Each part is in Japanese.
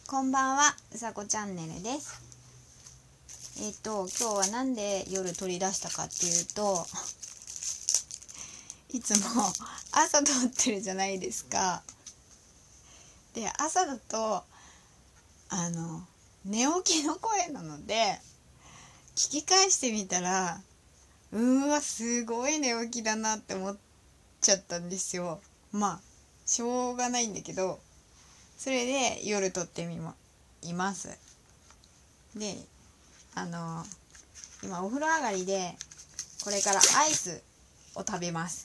こんばんは、うさこチャンネルです。今日はなんで夜取り出したかっていうといつも朝撮ってるじゃないですか。で、朝だと寝起きの声なので聞き返してみたらすごい寝起きだなって思っちゃったんですよ。まあしょうがないんだけど、それで夜撮っています。で、今お風呂上がりでこれからアイスを食べます。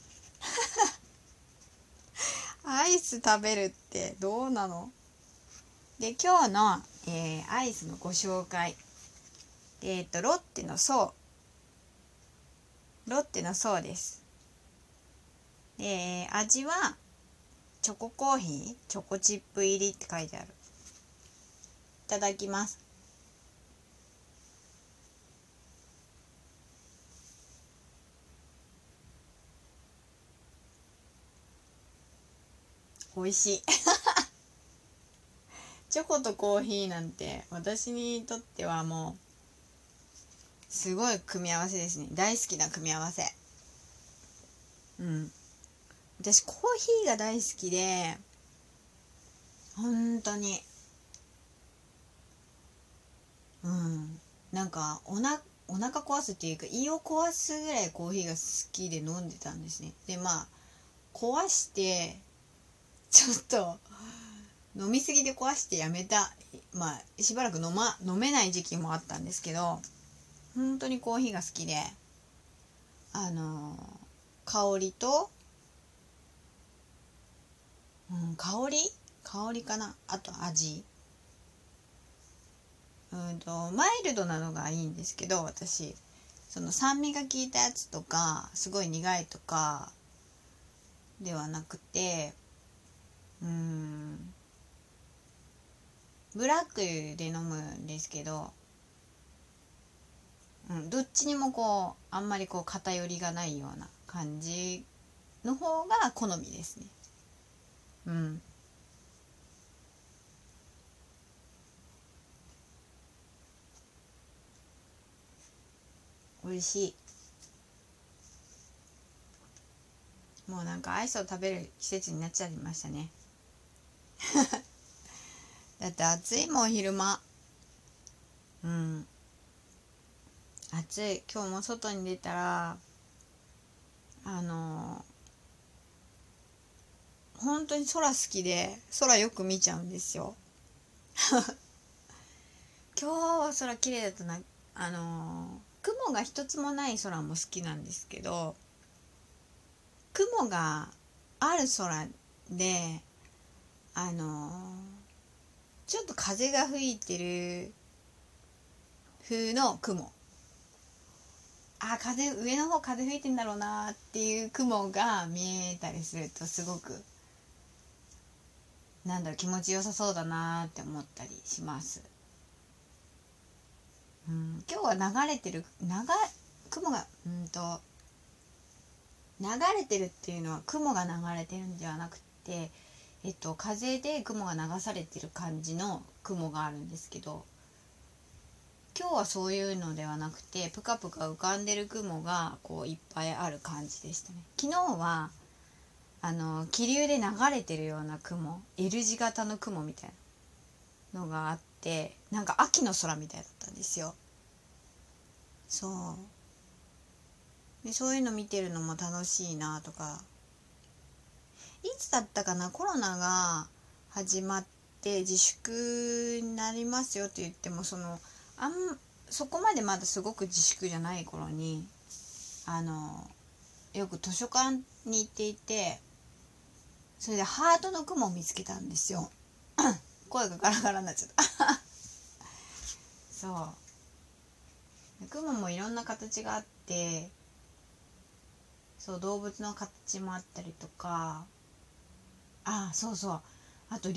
アイス食べるってどうなの？で、今日の、アイスのご紹介。ロッテの層です。味はチョココーヒー、チョコチップ入りって書いてある。いただきます。美味しい。チョコとコーヒーなんて私にとってはもうすごい組み合わせですね。大好きな組み合わせ。私コーヒーが大好きで、本当になんかお腹壊すっていうか胃を壊すぐらいコーヒーが好きで飲んでたんですね。で、壊してちょっと飲みすぎで壊してやめた。しばらく飲めない時期もあったんですけど、本当にコーヒーが好きで、あの香りと、香りかな、あと味、マイルドなのがいいんですけど、私その酸味が効いたやつとかすごい苦いとかではなくて、ブラックで飲むんですけど、どっちにもあんまり偏りがないような感じの方が好みですね。美味しい。もうなんかアイスを食べる季節になっちゃいましたね。だって暑いもん、昼間。暑い。今日も外に出たら本当に空好きで空よく見ちゃうんですよ。今日は空綺麗だったな。雲が一つもない空も好きなんですけど、雲がある空で、あのちょっと風が吹いてる風の雲、上の方風吹いてんだろうなっていう雲が見えたりすると、すごく気持ちよさそうだなって思ったりします。今日は雲が流れてるっていうのは雲が流れてるんではなくて、風で雲が流されてる感じの雲があるんですけど、今日はそういうのではなくて、ぷかぷか浮かんでる雲がいっぱいある感じでしたね。昨日は気流で流れてるような雲、L 字型の雲みたいなのがあって、なんか秋の空みたいだったんですよ。で、そういうの見てるのも楽しいなとか。いつだったかな、コロナが始まって自粛になりますよって言っても、そこまでまだすごく自粛じゃない頃によく図書館に行っていて、それでハートの雲を見つけたんですよ。声がガラガラになっちゃった雲もいろんな形があって、動物の形もあったりとか、あと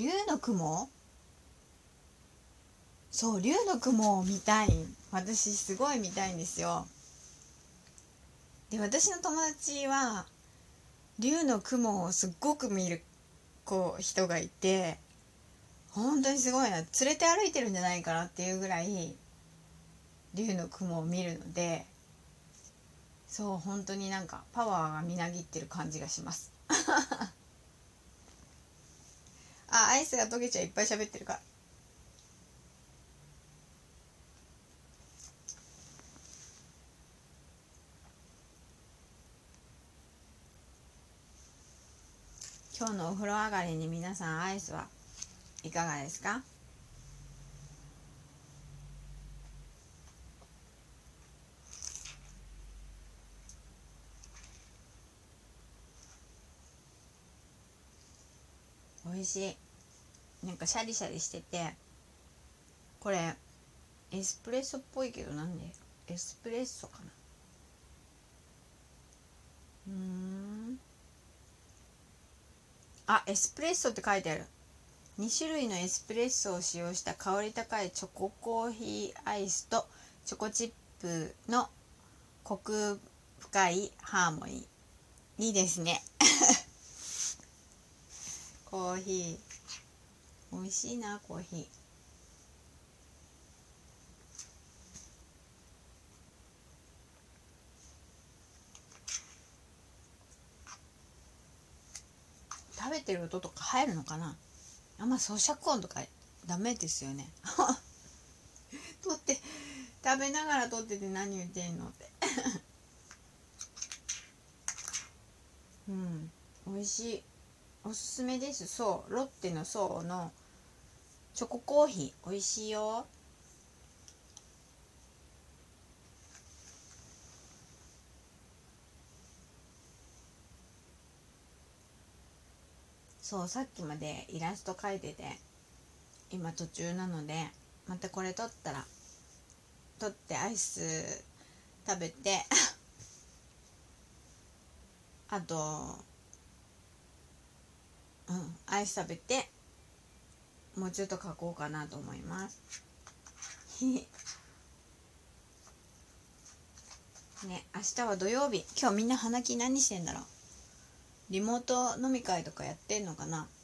竜の雲を見たい。私すごい見たいんですよ。で、私の友達は竜の雲をすっごく見る人がいて、 本当にすごいな、連れて歩いてるんじゃないかなっていうぐらい竜の雲を見るので、そう本当になんかパワーがみなぎってる感じがしますあ、アイスが溶けちゃいっぱい喋ってるから。今日のお風呂上がりに皆さんアイスはいかがですか？美味しい。なんかシャリシャリしてて、これエスプレッソっぽいけど、なんでエスプレッソかな。あ、エスプレッソって書いてある。2種類のエスプレッソを使用した香り高いチョココーヒーアイスとチョコチップのコク深いハーモニー。いいですねコーヒー美味しいな。コーヒー食べてる音とか入るのかな。あんま咀嚼音とかダメですよね取って食べながら撮ってて何言ってんのって美味しい。おすすめです。そうロッテのそうのチョココーヒー美味しいよ。そうさっきまでイラスト描いてて今途中なので、またこれ撮ってアイス食べてあとアイス食べてもうちょっと描こうかなと思いますね、明日は土曜日。今日みんな花木何してんだろう。リモート飲み会とかやってんのかな。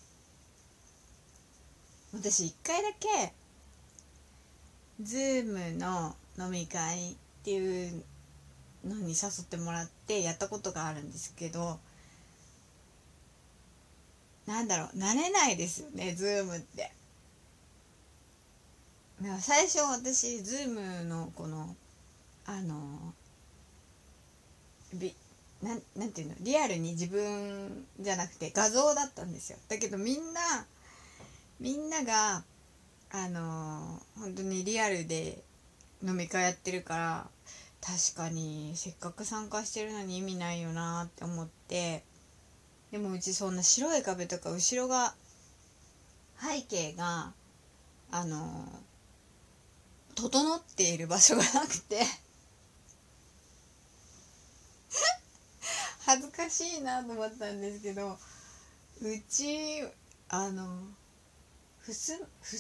私一回だけズームの飲み会っていうのに誘ってもらってやったことがあるんですけど、なんだろう、慣れないですよね、ズームって。最初私ズームのこのあのなんていうの、リアルに自分じゃなくて画像だったんですよ。だけどみんなが本当にリアルで飲み会やってるから、確かにせっかく参加してるのに意味ないよなって思って。でもうちそんな白い壁とか後ろが背景があの整っている場所がなくて恥ずかしいなと思ったんですけど、うちあのふす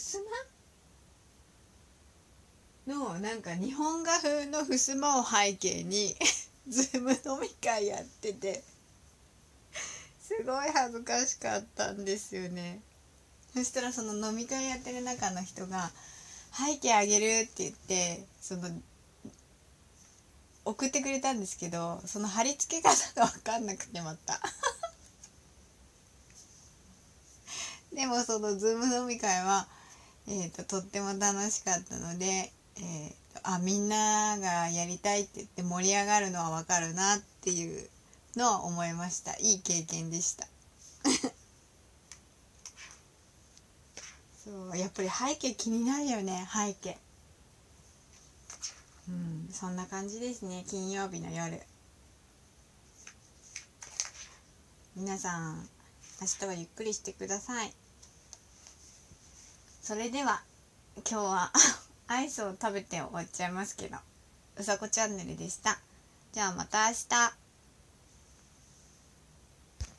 まのなんか日本画風の襖を背景にズーム飲み会やってて、すごい恥ずかしかったんですよね。そしたらその飲み会やってる中の人が背景あげるって言って送ってくれたんですけど、その貼り付け方が分かんなくてまたでもそのズーム飲み会は、とっても楽しかったので、みんながやりたいって言って盛り上がるのは分かるなっていうのは思いました。いい経験でしたそうやっぱり背景気になるよね、背景。そんな感じですね、金曜日の夜。皆さん明日はゆっくりしてください。それでは今日はアイスを食べて終わっちゃいますけど、うさこチャンネルでした。じゃあまた明日。